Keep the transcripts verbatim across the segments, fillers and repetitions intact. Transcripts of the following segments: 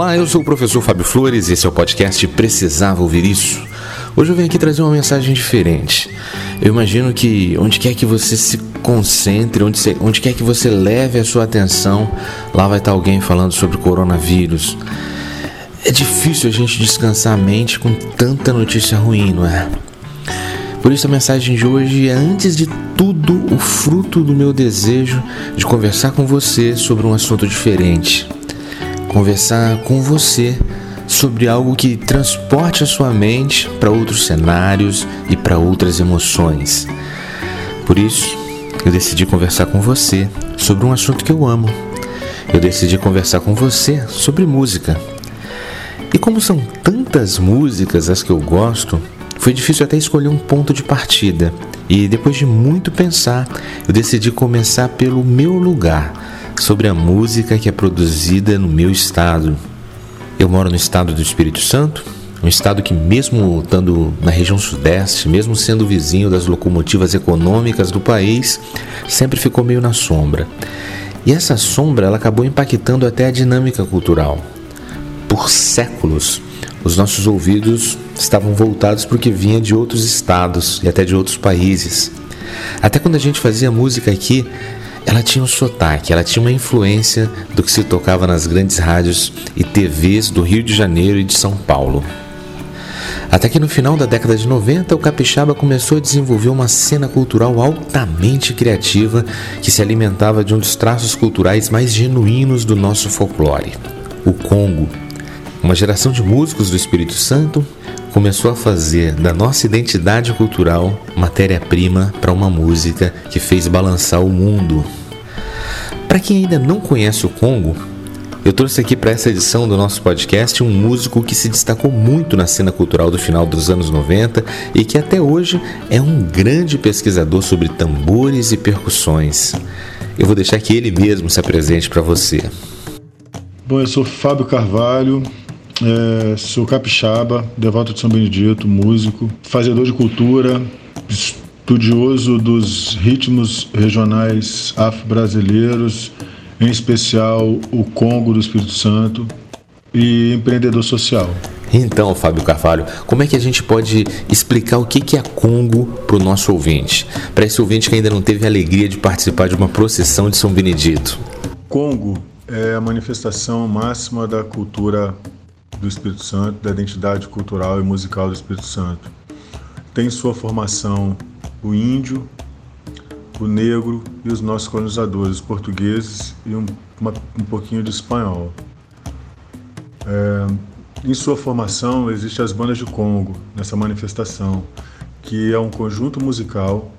Olá, eu sou o professor Fábio Flores e esse é o podcast Precisava Ouvir Isso. Hoje eu venho aqui trazer uma mensagem diferente. Eu imagino que onde quer que você se concentre, onde, se, onde quer que você leve a sua atenção, lá vai estar alguém falando sobre coronavírus. É difícil a gente descansar a mente com tanta notícia ruim, não é? Por isso a mensagem de hoje é, antes de tudo, o fruto do meu desejo de conversar com você sobre um assunto diferente. Conversar com você sobre algo que transporte a sua mente para outros cenários e para outras emoções. Por isso, eu decidi conversar com você sobre um assunto que eu amo. Eu decidi conversar com você sobre música. E como são tantas músicas as que eu gosto, foi difícil até escolher um ponto de partida. E depois de muito pensar, eu decidi começar pelo meu lugar, sobre a música que é produzida no meu estado. Eu moro no estado do Espírito Santo, um estado que, mesmo estando na região sudeste, mesmo sendo vizinho das locomotivas econômicas do país, sempre ficou meio na sombra. E essa sombra ela acabou impactando até a dinâmica cultural. Por séculos, os nossos ouvidos estavam voltados para o que vinha de outros estados e até de outros países. Até quando a gente fazia música aqui, ela tinha um sotaque, ela tinha uma influência do que se tocava nas grandes rádios e T Vs do Rio de Janeiro e de São Paulo. Até que no final da década de noventa, o capixaba começou a desenvolver uma cena cultural altamente criativa que se alimentava de um dos traços culturais mais genuínos do nosso folclore, o Congo. Uma geração de músicos do Espírito Santo começou a fazer da nossa identidade cultural matéria-prima para uma música que fez balançar o mundo. Para quem ainda não conhece o Congo, eu trouxe aqui para essa edição do nosso podcast um músico que se destacou muito na cena cultural do final dos anos noventa e que até hoje é um grande pesquisador sobre tambores e percussões. Eu vou deixar que ele mesmo se apresente para você. Bom, eu sou Fábio Carvalho. É, sou capixaba, devoto de São Benedito, músico, fazedor de cultura, estudioso dos ritmos regionais afro-brasileiros, em especial o Congo do Espírito Santo, e empreendedor social. Então, Fábio Carvalho, como é que a gente pode explicar o que é Congo para o nosso ouvinte? Para esse ouvinte que ainda não teve a alegria de participar de uma procissão de São Benedito. Congo é a manifestação máxima da cultura do Espírito Santo, da identidade cultural e musical do Espírito Santo. Tem sua formação o índio, o negro e os nossos colonizadores, os portugueses e um, uma, um pouquinho de espanhol. É, em sua formação existem as bandas de Congo, nessa manifestação, que é um conjunto musical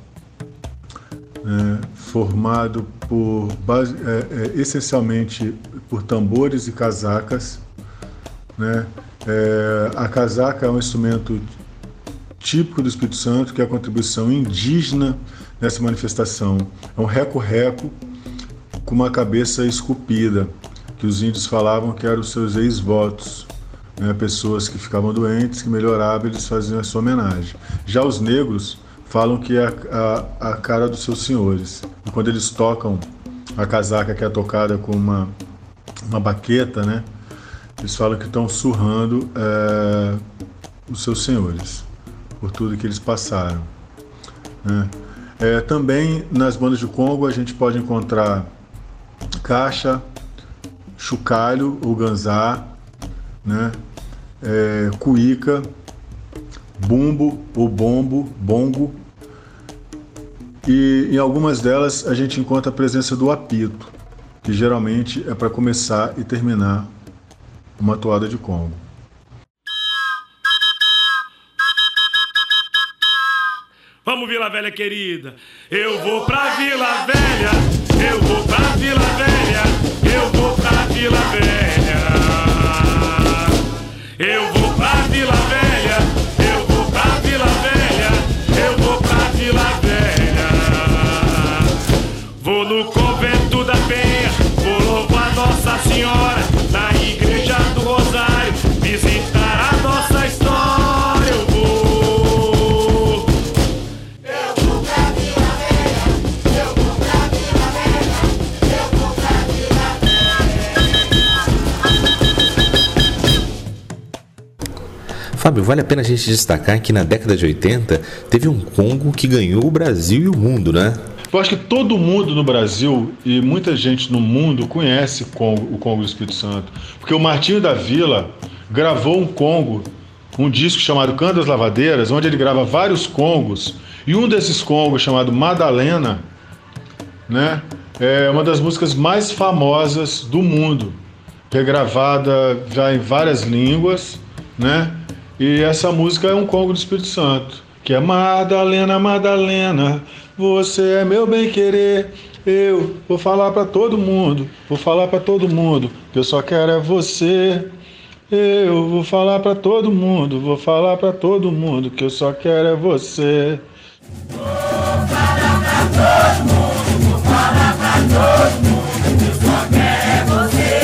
é, formado por, base, é, é, essencialmente por tambores e casacas. Né? É, a casaca é um instrumento típico do Espírito Santo, que é a contribuição indígena nessa manifestação. É um reco-reco com uma cabeça esculpida, que os índios falavam que eram os seus ex-votos, né? Pessoas que ficavam doentes, que melhoravam, eles faziam a sua homenagem. Já os negros falam que é a, a, a cara dos seus senhores. E quando eles tocam a casaca, que é tocada com uma, uma baqueta, né? Eles falam que estão surrando é, os seus senhores, por tudo que eles passaram. Né? É, também nas bandas de Congo a gente pode encontrar caixa, chocalho ou ganzá, né? é, cuíca, bumbo ou bombo, bongo. E em algumas delas a gente encontra a presença do apito, que geralmente é para começar e terminar uma toada de Congo. Vamos, Vila Velha querida. Eu vou pra Vila Velha, eu vou pra Vila Velha, eu vou pra Vila Velha. Eu vou pra Vila Velha, eu vou pra Vila Velha, eu vou pra Vila Velha. Vou no convento da Penha, vou louvar Nossa Senhora, na igreja do Rosário, visitar a nossa história. Eu vou, eu vou pra Vila Velha, eu vou pra Vila Velha, eu vou pra Vila Velha. Fábio, vale a pena a gente destacar que na década de oitenta teve um congo que ganhou o Brasil e o mundo, né? Eu acho que todo mundo no Brasil e muita gente no mundo conhece Congo, o Congo do Espírito Santo. Porque o Martinho da Vila gravou um congo, um disco chamado Canto das Lavadeiras, onde ele grava vários congos. E um desses congos, chamado Madalena, né, é uma das músicas mais famosas do mundo. Regravada já em várias línguas, né? E essa música é um congo do Espírito Santo, que é Madalena, Madalena, você é meu bem-querer, eu vou falar pra todo mundo, vou falar pra todo mundo, que eu só quero é você. Eu vou falar pra todo mundo, vou falar pra todo mundo, que eu só quero é você. Vou falar pra todo mundo, vou falar pra todo mundo, que eu só quero é você.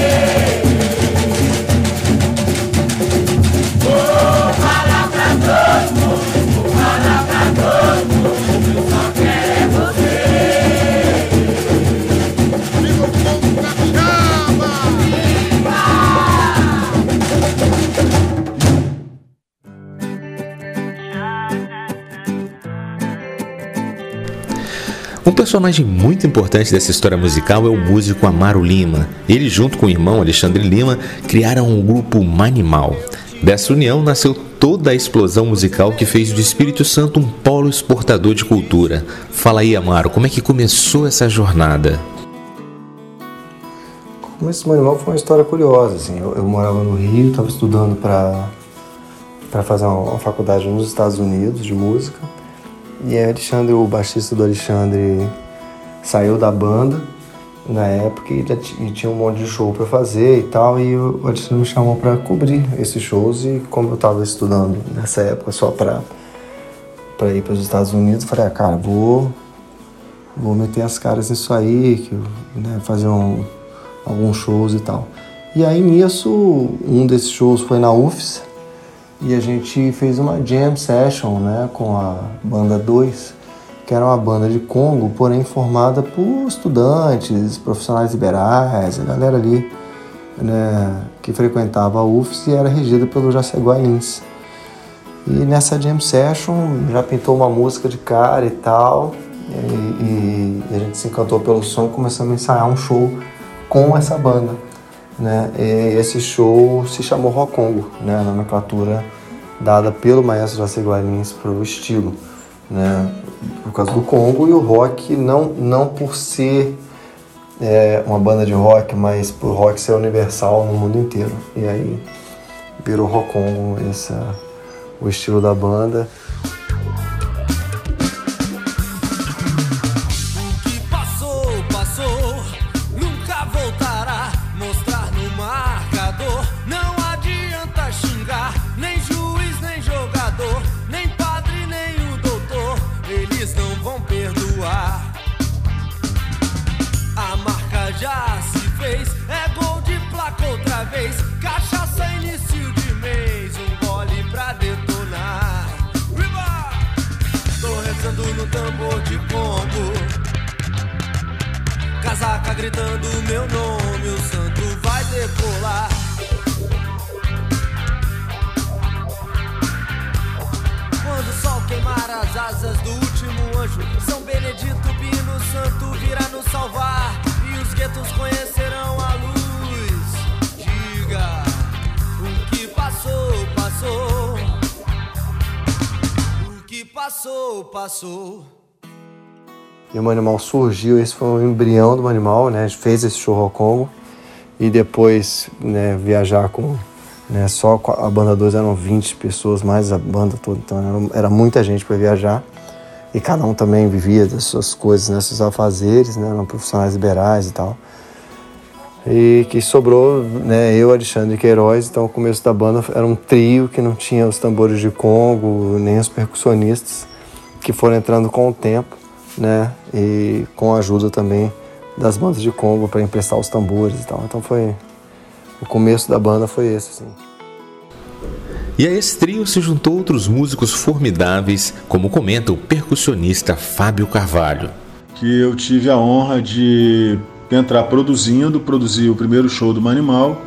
Vou falar pra todo mundo, vou falar pra todo mundo, que eu só quero é você. Viva o povo capixaba! Um personagem muito importante dessa história musical é o músico Amaro Lima. Ele, junto com o irmão Alexandre Lima, criaram o grupo Manimal. Dessa união nasceu toda a explosão musical que fez do Espírito Santo um polo exportador de cultura. Fala aí, Amaro, como é que começou essa jornada? O começo do Manimal foi uma história curiosa. Assim. Eu, eu morava no Rio, estava estudando para para fazer uma, uma faculdade nos Estados Unidos de música. E aí Alexandre, o baixista do Alexandre, saiu da banda na época e, já t- e tinha um monte de show para fazer e tal, e o Alexandre me chamou para cobrir esses shows, e como eu estava estudando nessa época só para para ir para os Estados Unidos, eu falei, ah, cara, vou, vou meter as caras nisso aí, que, né, fazer um, alguns shows e tal. E aí nisso, um desses shows foi na U F S, e a gente fez uma jam session, né, com a banda dois, que era uma banda de Congo, porém formada por estudantes, profissionais liberais, a galera ali, né, que frequentava a U F S e era regida pelo Jaceguains. E nessa jam session já pintou uma música de cara e tal, e, e a gente se encantou pelo som e começamos a ensaiar um show com essa banda. Né? E esse show se chamou Rock Congo, né? A nomenclatura dada pelo maestro Jaceguains para o estilo, né? Por causa do Congo, e o rock não, não por ser é, uma banda de rock, mas por rock ser universal no mundo inteiro. E aí virou Rock Congo, esse é o estilo da banda. Já se fez, é gol de placa outra vez. Cachaça início de mês, um gole pra detonar. Riba! Tô rezando no tambor de Congo, casaca gritando meu nome, o santo vai decolar. Quando o sol queimar as asas do último anjo, São Benedito Bino Santo virá nos salvar. Os guetos conhecerão a luz. Diga, o que passou, passou. O que passou, passou. E o Manimal surgiu, esse foi o embrião do Manimal, né? A gente fez esse show Rock Congo e depois, né, viajar com, né, só com a banda dois eram vinte pessoas, mais a banda toda, então era, era muita gente para viajar. E cada um também vivia das suas coisas, né, seus afazeres, né, eram profissionais liberais e tal. E que sobrou, né, eu, Alexandre Queiroz, então o começo da banda era um trio que não tinha os tambores de Congo, nem os percussionistas, que foram entrando com o tempo, né, e com a ajuda também das bandas de Congo para emprestar os tambores e tal. Então foi, o começo da banda foi esse, assim. E a esse trio se juntou outros músicos formidáveis, como comenta o percussionista Fábio Carvalho. Que eu tive a honra de entrar produzindo, produzir o primeiro show do Manimal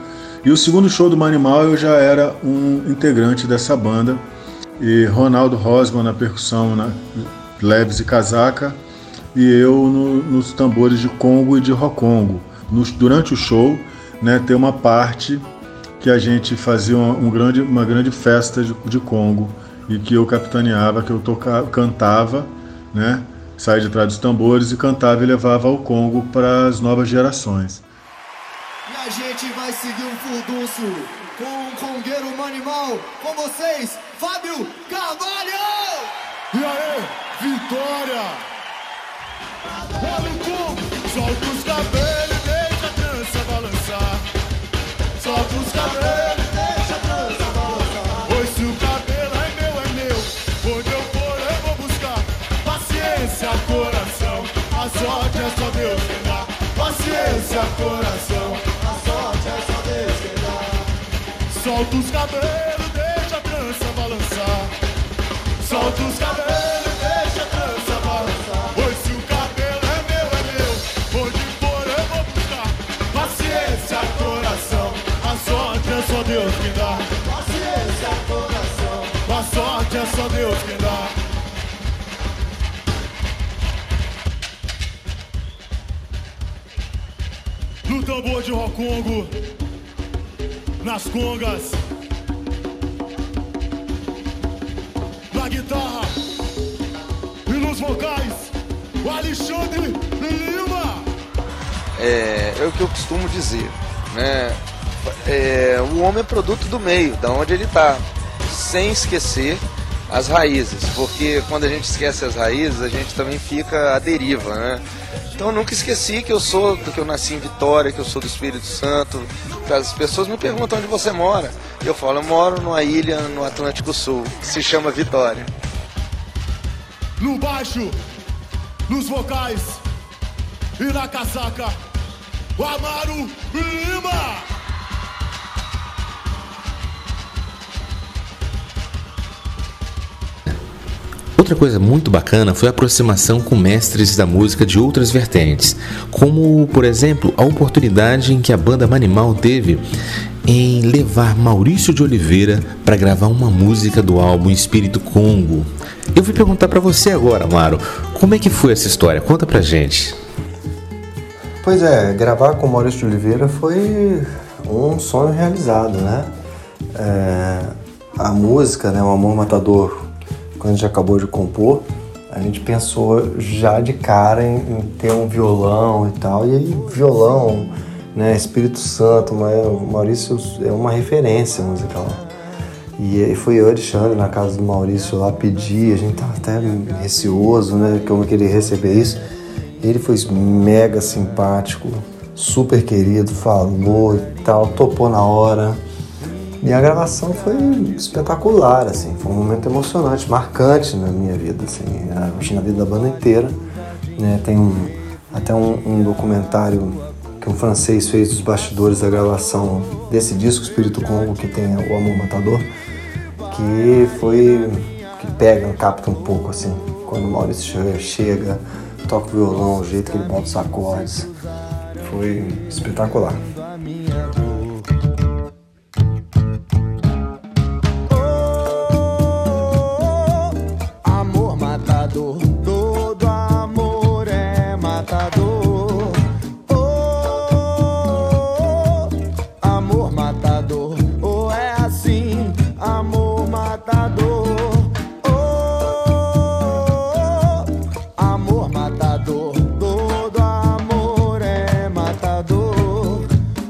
E o segundo show do Manimal eu já era um integrante dessa banda, e Ronaldo Rosman na percussão, na leves e casaca, e eu no, nos tambores de congo e de rocongo. Nos, durante o show, né, tem uma parte que a gente fazia uma, um grande, uma grande festa de, de congo, e que eu capitaneava, que eu tocava, cantava, né, saía de trás dos tambores e cantava e levava o congo para as novas gerações. E a gente vai seguir um furdunço com um congueiro Manimal, com vocês, Fábio Carvalho! E aí, Vitória! Olha o congo, solta os cabelos e deixa a trança balançar. Solta os cabelos e deixa a trança balançar. Pois se o cabelo é meu, é meu, onde eu for eu vou buscar. Paciência, coração, a sorte é só Deus quem dá. Paciência, coração, a sorte é só Deus quem dá. Solta os cabelos, deixa a trança balançar. Solta os cabelos, deixa a trança balançar. Pois se o cabelo é meu, é meu, onde for eu vou buscar. Paciência, coração, a sorte é só Deus quem dá. Paciência, coração, a sorte é só Deus quem dá. No tambor de rocongo, nas congas, na guitarra e nos vocais, o Alexandre Lima. É, é o que eu costumo dizer, né? É, o homem é produto do meio, da onde ele está, sem esquecer as raízes, porque quando a gente esquece as raízes, a gente também fica à deriva, né? Então eu nunca esqueci que eu sou, que eu nasci em Vitória, que eu sou do Espírito Santo. As pessoas me perguntam onde você mora. Eu falo, eu moro numa ilha no Atlântico Sul, que se chama Vitória. No baixo, nos vocais e na casaca, o Amaro Lima. Outra coisa muito bacana foi a aproximação com mestres da música de outras vertentes, como, por exemplo, a oportunidade em que a banda Manimal teve em levar Maurício de Oliveira para gravar uma música do álbum Espírito Congo. Eu vou perguntar para você agora, Amaro, como é que foi essa história? Conta pra gente. Pois é, gravar com Maurício de Oliveira foi um sonho realizado, né? É, a música, né, O Amor Matador, quando a gente acabou de compor, a gente pensou já de cara em, em ter um violão e tal, e aí violão, né, Espírito Santo, mas o Maurício é uma referência musical. E aí foi eu e Alexandre na casa do Maurício lá pedir, a gente tava até receoso, né, como que ele ia receber isso. Ele foi mega simpático, super querido, falou e tal, topou na hora. E a gravação foi espetacular, assim, foi um momento emocionante, marcante na minha vida, assim, na vida da banda inteira, né? Tem um, até um, um documentário que um francês fez dos bastidores da gravação desse disco, Espírito Congo, que tem o Amor Matador, que foi, que pega, capta um pouco, assim, quando o Maurício chega, toca o violão, o jeito que ele bota os acordes, foi espetacular. Todo amor é matador. Oh, amor matador. Oh, é assim, amor matador. Oh, amor matador. Todo amor é matador.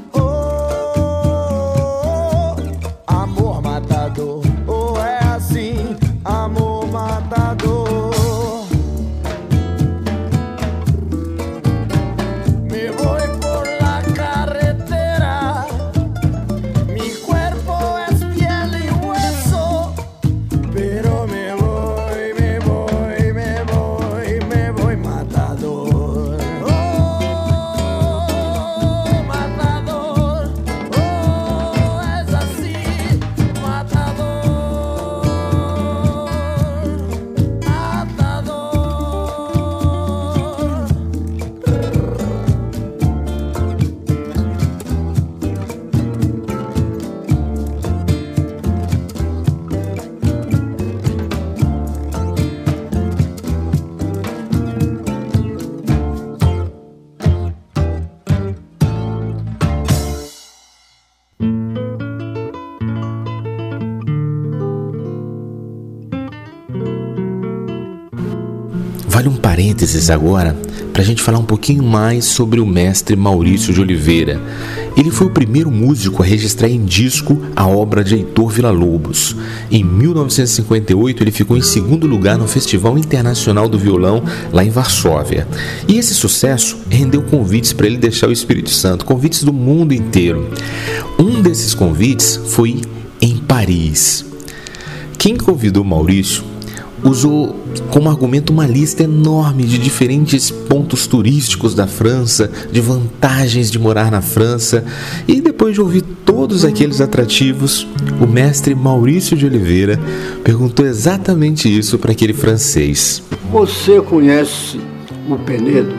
Vale um parênteses agora para a gente falar um pouquinho mais sobre o mestre Maurício de Oliveira. Ele foi o primeiro músico a registrar em disco a obra de Heitor Villa-Lobos. Em mil novecentos e cinquenta e oito, ele ficou em segundo lugar no Festival Internacional do Violão, lá em Varsóvia. E esse sucesso rendeu convites para ele deixar o Espírito Santo, convites do mundo inteiro. Um desses convites foi em Paris. Quem convidou Maurício usou como argumento uma lista enorme de diferentes pontos turísticos da França, de vantagens de morar na França, e depois de ouvir todos aqueles atrativos, o mestre Maurício de Oliveira perguntou exatamente isso para aquele francês. Você conhece o Penedo?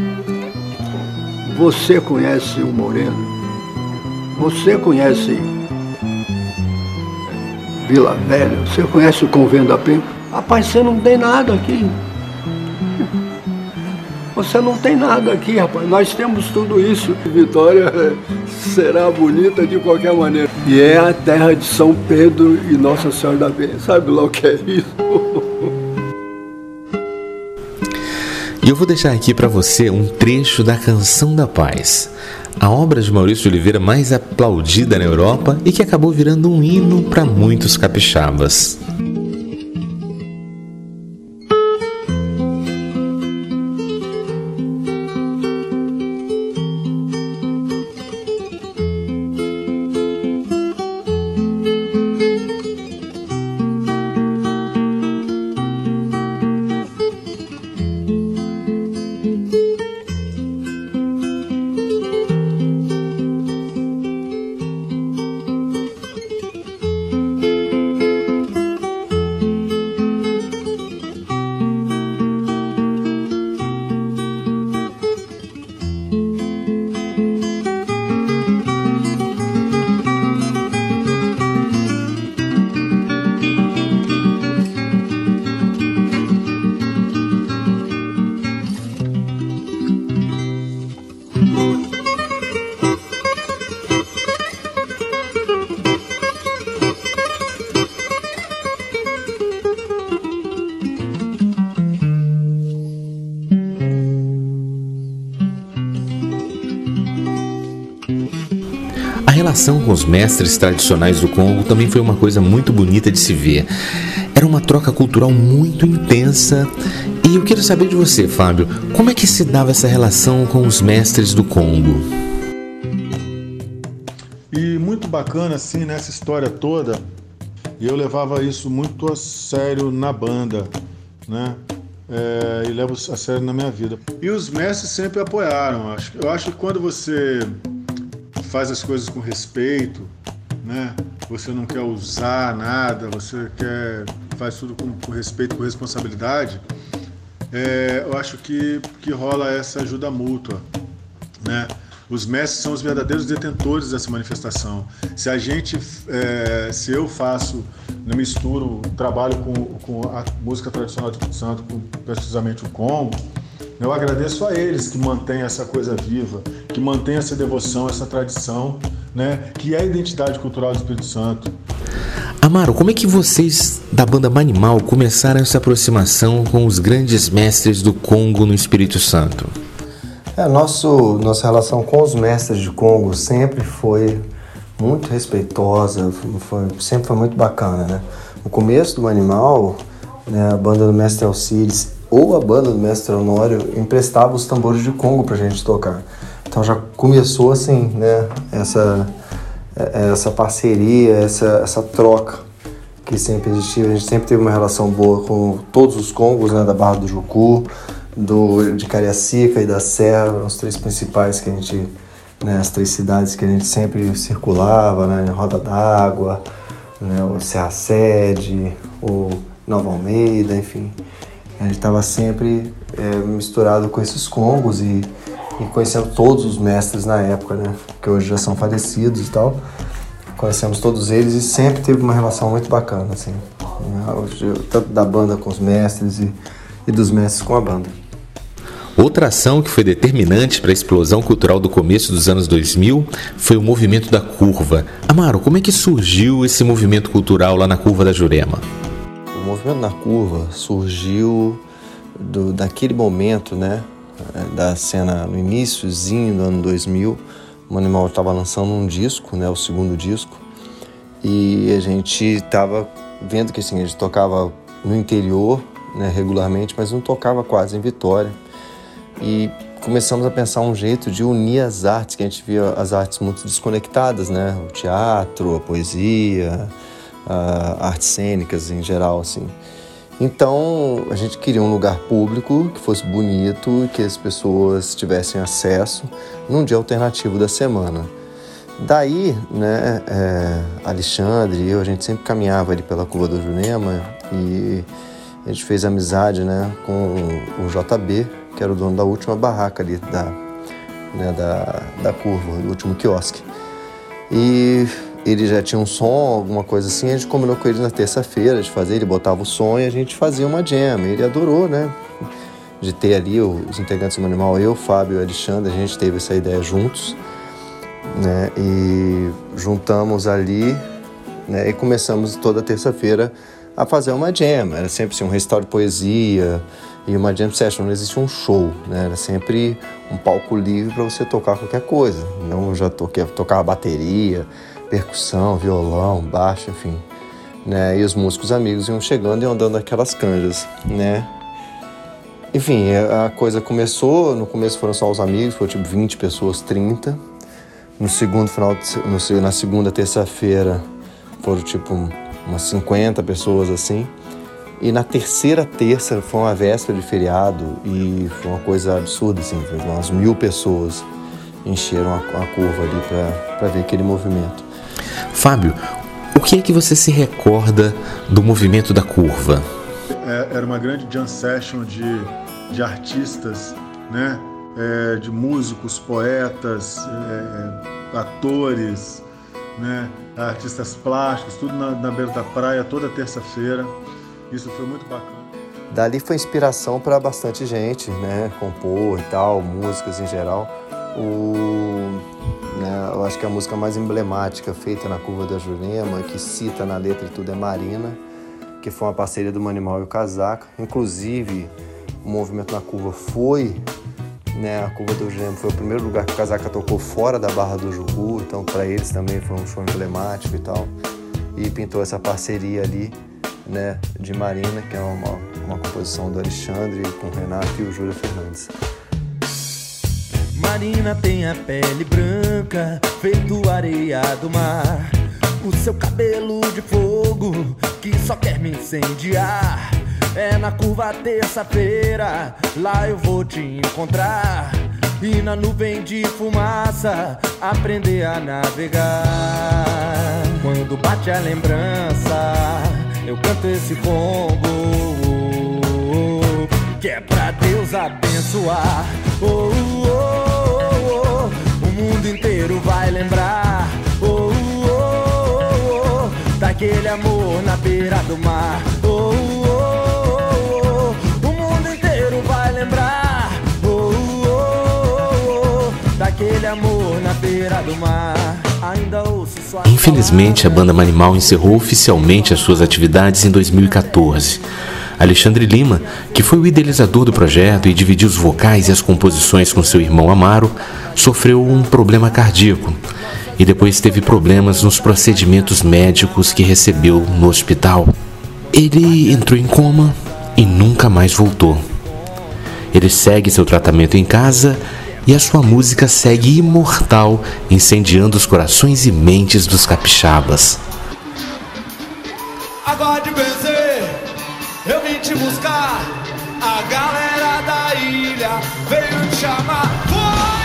Você conhece o Moreno? Você conhece Vila Velha? Você conhece o Convento da Penha? Rapaz, você não tem nada aqui. Você não tem nada aqui, rapaz. Nós temos tudo isso. Vitória será bonita de qualquer maneira. E é a terra de São Pedro e Nossa Senhora da Penha. Sabe lá o que é isso? E eu vou deixar aqui para você um trecho da Canção da Paz, a obra de Maurício de Oliveira mais aplaudida na Europa e que acabou virando um hino para muitos capixabas. A relação com os mestres tradicionais do Congo também foi uma coisa muito bonita de se ver. Era uma troca cultural muito intensa. E eu quero saber de você, Fábio, como é que se dava essa relação com os mestres do Congo? E muito bacana, assim, nessa história toda, e eu levava isso muito a sério na banda, né? É, e levo a sério na minha vida. E os mestres sempre apoiaram. Eu acho que quando você faz as coisas com respeito, né? Você não quer usar nada, você quer faz tudo com, com respeito, com responsabilidade. É, eu acho que, que rola essa ajuda mútua, né? Os mestres são os verdadeiros detentores dessa manifestação. Se a gente, é, se eu faço, eu misturo, trabalho com, com a música tradicional do Espírito Santo, com precisamente o Congo, eu agradeço a eles que mantêm essa coisa viva, que mantêm essa devoção, essa tradição, né, que é a identidade cultural do Espírito Santo. Amaro, como é que vocês da banda Manimal começaram essa aproximação com os grandes mestres do Congo no Espírito Santo? É, nosso, nossa relação com os mestres de Congo sempre foi muito respeitosa, foi, sempre foi muito bacana, né? No começo do Manimal, né, a banda do Mestre Alcides ou a banda do Mestre Honório emprestava os tambores de Congo pra gente tocar. Então já começou assim, né, essa, essa parceria, essa, essa troca que sempre existiu. A gente sempre teve uma relação boa com todos os Congos, né, da Barra do Jucu, do, de Cariacica e da Serra, os três principais que a gente, né, as três cidades que a gente sempre circulava, né, Roda d'Água, né, o Serra Sede, o Nova Almeida, enfim. A gente estava sempre é, misturado com esses Congos e, e conhecendo todos os mestres na época, né, que hoje já são falecidos e tal. Conhecemos todos eles e sempre teve uma relação muito bacana, assim, né, tanto da banda com os mestres e, e dos mestres com a banda. Outra ação que foi determinante para a explosão cultural do começo dos anos dois mil foi o movimento da Curva. Amaro, como é que surgiu esse movimento cultural lá na Curva da Jurema? O movimento na Curva surgiu do, daquele momento, né, da cena no iniciozinho do ano dois mil, o Manimal estava lançando um disco, né, o segundo disco, e a gente estava vendo que assim, a gente tocava no interior, né, regularmente, mas não tocava quase em Vitória. E começamos a pensar um jeito de unir as artes, que a gente via as artes muito desconectadas, né, o teatro, a poesia, a artes cênicas em geral, assim. Então, a gente queria um lugar público, que fosse bonito, que as pessoas tivessem acesso num dia alternativo da semana. Daí, né, é, Alexandre e eu, a gente sempre caminhava ali pela Curva do Jurema e a gente fez amizade, né, com o J B, que era o dono da última barraca ali da, né, da, da curva, do último quiosque. E ele já tinha um som, alguma coisa assim, a gente combinou com ele na terça-feira de fazer, ele botava o som e a gente fazia uma jam. Ele adorou, né, de ter ali os integrantes do Manimal, eu, Fábio e Alexandre, a gente teve essa ideia juntos, né, e juntamos ali, né, e começamos toda terça-feira a fazer uma jam. Era sempre assim, um recital de poesia e uma jam session, não existia um show, né, era sempre um palco livre para você tocar qualquer coisa. Então eu já toquei, tocava bateria, percussão, violão, baixo, enfim, né, e os músicos amigos iam chegando e iam dando aquelas canjas, né. Enfim, a coisa começou, no começo foram só os amigos, foi tipo vinte pessoas, trinta. No segundo final, no, na segunda terça-feira foram tipo umas cinquenta pessoas assim. E na terceira terça foi uma véspera de feriado e foi uma coisa absurda, assim, umas mil pessoas encheram a, a curva ali para ver aquele movimento. Fábio, o que é que você se recorda do movimento da curva? É, era uma grande jam session de, de artistas, né? É, de músicos, poetas, é, atores, né? Artistas plásticos, tudo na, na beira da praia, toda terça-feira. Isso foi muito bacana. Dali foi inspiração para bastante gente, né? Compor e tal, músicas em geral. O, né, eu acho que a música mais emblemática feita na Curva da Jurema, que cita na letra e tudo, é Marina, que foi uma parceria do Manimal e o Casaca. Inclusive, o movimento na curva foi, né, a Curva do Jurema foi o primeiro lugar que o Casaca tocou fora da Barra do Jucu, então para eles também foi um show emblemático e tal. E pintou essa parceria ali, né, de Marina, que é uma, uma composição do Alexandre com o Renato e o Júlio Fernandes. Marina tem a pele branca, feito areia do mar. O seu cabelo de fogo, que só quer me incendiar. É na curva terça-feira, lá eu vou te encontrar. E na nuvem de fumaça, aprender a navegar. Quando bate a lembrança, eu canto esse combo, que é pra Deus abençoar. Oh, oh, oh, oh, o mundo inteiro vai lembrar. Oh, oh, oh, oh, daquele amor na beira do mar. Oh, oh, oh, o mundo inteiro vai lembrar. Oh, oh, oh, daquele amor na beira do mar. Ainda ouço sua Infelizmente, a banda Manimal encerrou oficialmente as suas atividades em dois mil e quatorze. Alexandre Lima, que foi o idealizador do projeto e dividiu os vocais e as composições com seu irmão Amaro, sofreu um problema cardíaco e depois teve problemas nos procedimentos médicos que recebeu no hospital. Ele entrou em coma e nunca mais voltou. Ele segue seu tratamento em casa e a sua música segue imortal, incendiando os corações e mentes dos capixabas. Agora de benzer, eu vim te buscar. A galera da ilha veio te chamar. Foi!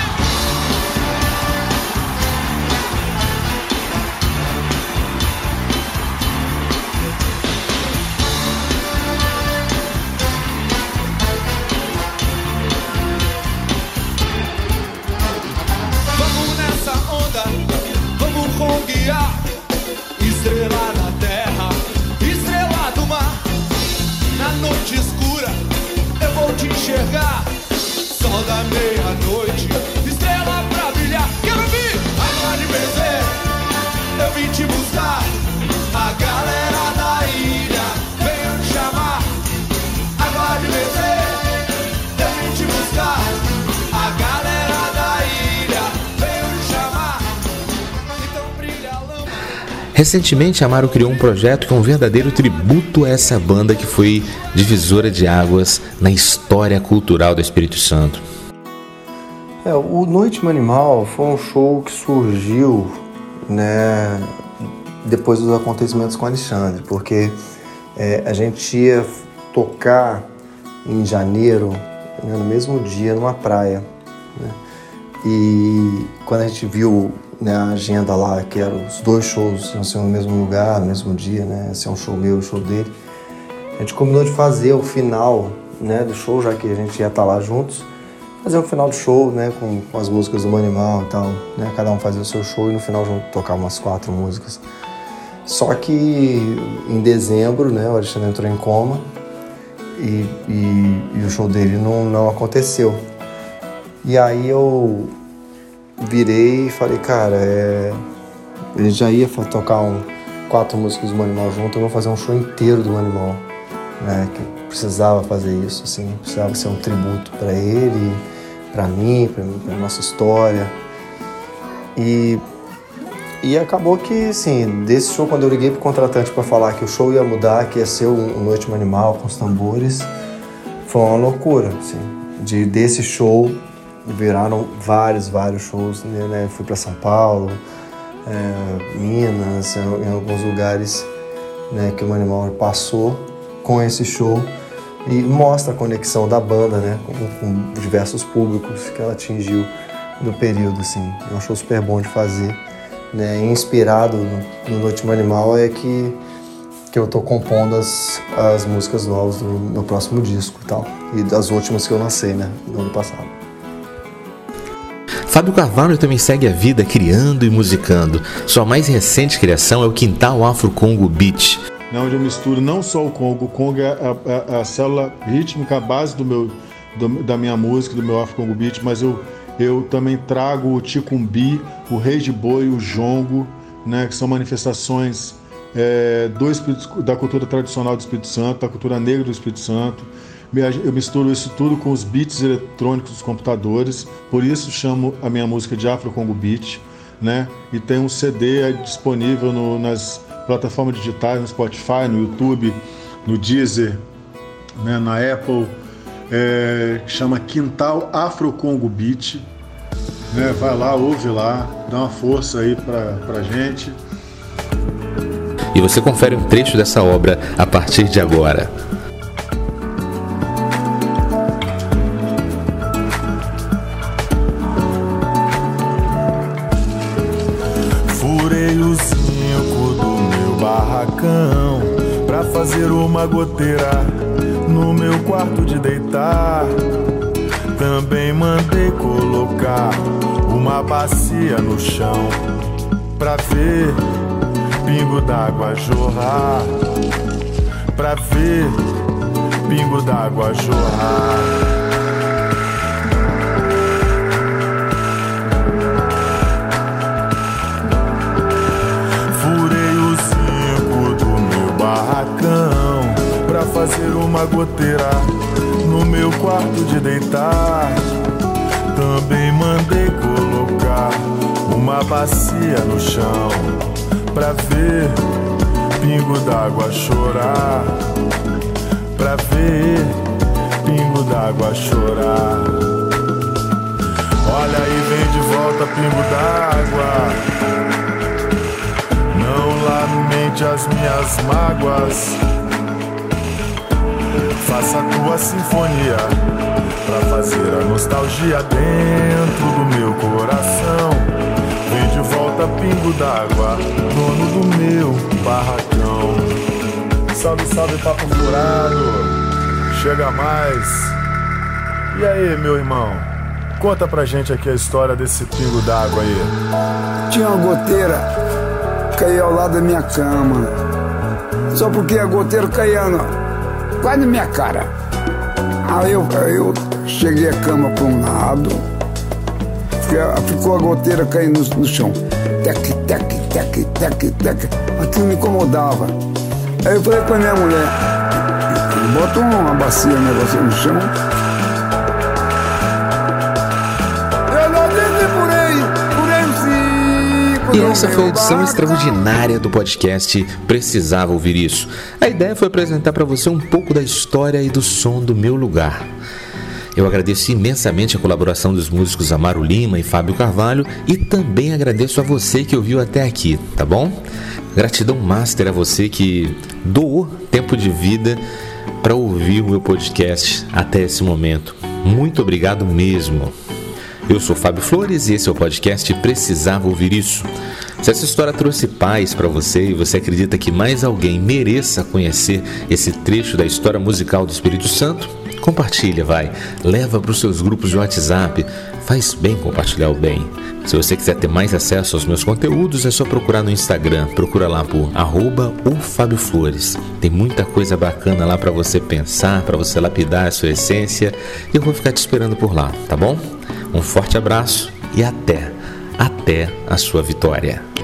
Vamos nessa onda, vamos conguear. Estrela da terra, estrela do mar. Na noite escura eu vou te enxergar. Sol da meia-noite Recentemente, Amaro criou um projeto que é um verdadeiro tributo a essa banda que foi divisora de águas na história cultural do Espírito Santo. É, o Noite Manimal foi um show que surgiu, né, depois dos acontecimentos com Alexandre, porque é, a gente ia tocar em janeiro, né, no mesmo dia, numa praia, né? E quando a gente viu, né, a agenda lá, que eram os dois shows iam ser no mesmo lugar, no mesmo dia, né, esse é um show meu, um show dele, a gente combinou de fazer o final, né, do show, já que a gente ia estar lá juntos, fazer um final do show, né, com, com as músicas do Manimal e tal, né, cada um fazia o seu show e no final junto tocar umas quatro músicas. Só que em dezembro, né, o Alexandre entrou em coma e, e, e o show dele não, não aconteceu. E aí eu virei e falei, cara, é... ele já ia tocar um, quatro músicas do Manimal junto, eu vou fazer um show inteiro do Manimal, né, que precisava fazer isso, assim, precisava ser um tributo para ele, para mim, para a nossa história. E, e acabou que, assim, desse show, quando eu liguei pro contratante para falar que o show ia mudar, que ia ser um, um Noite Manimal com os tambores, foi uma loucura, assim. De, desse show viraram vários, vários shows, né? Fui para São Paulo, é, Minas, em, em alguns lugares, né, que o Manimal passou com esse show. E mostra a conexão da banda, né, com, com diversos públicos que ela atingiu no período, assim. É um show super bom de fazer, né, inspirado no, no Noite Manimal é que, que eu tô compondo as, as músicas novas do meu próximo disco e tal, e das últimas que eu lancei, né, no ano passado. Fábio Carvalho também segue a vida criando e musicando. Sua mais recente criação é o Quintal Afro Congo Beat, onde eu misturo não só o congo, o congo é a, a, a célula rítmica, a base do meu, do, da minha música, do meu Afro Congo Beat, mas eu, eu também trago o ticumbi, o rei de boi, o jongo, né, que são manifestações é, do Espírito, da cultura tradicional do Espírito Santo, da cultura negra do Espírito Santo. Eu misturo isso tudo com os beats eletrônicos dos computadores, por isso chamo a minha música de Afro Congo Beat, né, e tem um C D disponível no, nas plataformas digitais, no Spotify, no YouTube, no Deezer, né, na Apple, é, que chama Quintal Afro Congo Beat, né, vai lá, ouve lá, dá uma força aí pra, pra gente. E você confere um trecho dessa obra a partir de agora. Pra fazer uma goteira no meu quarto de deitar. Também mandei colocar uma bacia no chão pra ver pingo d'água jorrar, pra ver pingo d'água jorrar. Pra fazer uma goteira no meu quarto de deitar. Também mandei colocar uma bacia no chão pra ver pingo d'água chorar, pra ver pingo d'água chorar. Olha aí, vem de volta pingo d'água, não lamente as minhas mágoas. Faça a tua sinfonia pra fazer a nostalgia dentro do meu coração. Vem de volta pingo d'água, dono do meu barracão. Salve, salve papo furado, chega mais. E aí, meu irmão, conta pra gente aqui a história desse pingo d'água aí. Tinha uma goteira, caía ao lado da minha cama. Só porque a goteira caía no... quase na minha cara. Aí eu, eu cheguei a cama para um lado, ficou a goteira caindo no, no chão. Tec, tec, tec, tec, tec. Aquilo me incomodava. Aí eu falei para minha mulher, bota uma bacia, um negócio no chão. Eu não desfurei, furei E essa foi a edição extraordinária do podcast Precisava Ouvir Isso. A ideia foi apresentar para você um pouco da história e do som do meu lugar. Eu agradeço imensamente a colaboração dos músicos Amaro Lima e Fábio Carvalho e também agradeço a você que ouviu até aqui, tá bom? Gratidão master a você que doou tempo de vida para ouvir o meu podcast até esse momento. Muito obrigado mesmo. Eu sou Fábio Flores e esse é o podcast Precisava Ouvir Isso. Se essa história trouxe paz para você e você acredita que mais alguém mereça conhecer esse trecho da história musical do Espírito Santo, compartilha, vai. Leva para os seus grupos de WhatsApp. Faz bem compartilhar o bem. Se você quiser ter mais acesso aos meus conteúdos, é só procurar no Instagram. Procura lá por arroba o Fábio Flores. Tem muita coisa bacana lá para você pensar, para você lapidar a sua essência. E eu vou ficar te esperando por lá, tá bom? Um forte abraço e até, até a sua vitória.